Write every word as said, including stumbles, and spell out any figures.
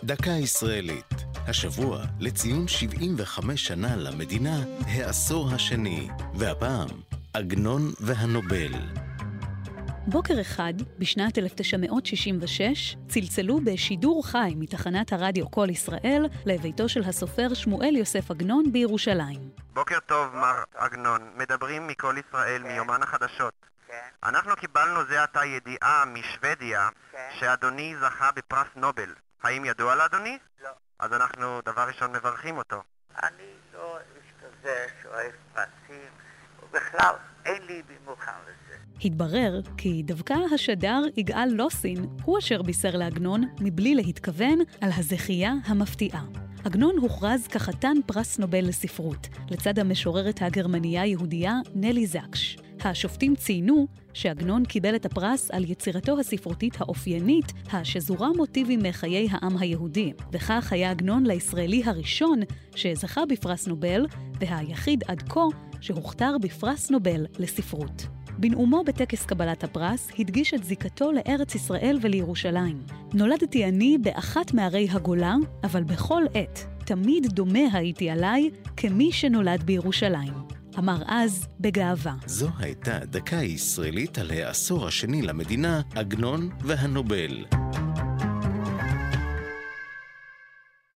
דקה ישראלית. השבוע לציון שבעים וחמש שנה למדינה, העשור השני, והפעם עגנון והנובל. בוקר אחד, בשנת אלף תשע מאות שישים ושש, צלצלו בשידור חי מתחנת הרדיו כל ישראל לביתו של הסופר שמואל יוסף עגנון בירושלים. בוקר טוב, מר עגנון. מדברים מכל ישראל, כן. מיומן החדשות. כן. אנחנו קיבלנו זה עתה ידיעה משוודיה, כן. שאדוני זכה בפרס נובל. האם ידוע לאדוני? לא. אז אנחנו דבר ראשון מברכים אותו. אני לא איש כזה שאוהב פרסים, ובכלל אין לי במוכן לזה. התברר כי דווקא השדר יגאל לוסין הוא אשר בישר לעגנון מבלי להתכוון על הזכייה המפתיעה. עגנון הוכרז כחתן פרס נובל לספרות, לצד המשוררת הגרמניה יהודייה נלי זקש. השופטים ציינו שעגנון קיבל את הפרס על יצירתו הספרותית האופיינית, השזורה מוטיבים מחיי העם היהודי, וכך היה עגנון לישראלי הראשון שזכה בפרס נובל, והיחיד עד כה שהוכתר בפרס נובל לספרות. בנאומו בטקס קבלת הפרס הדגיש את זיקתו לארץ ישראל ולירושלים. נולדתי אני באחת מערי הגולה, אבל בכל עת תמיד דומה הייתי עליי כמי שנולד בירושלים. אמר אז בגאווה. זו הייתה דקה ישראלית על העשור השני למדינה, עגנון והנובל.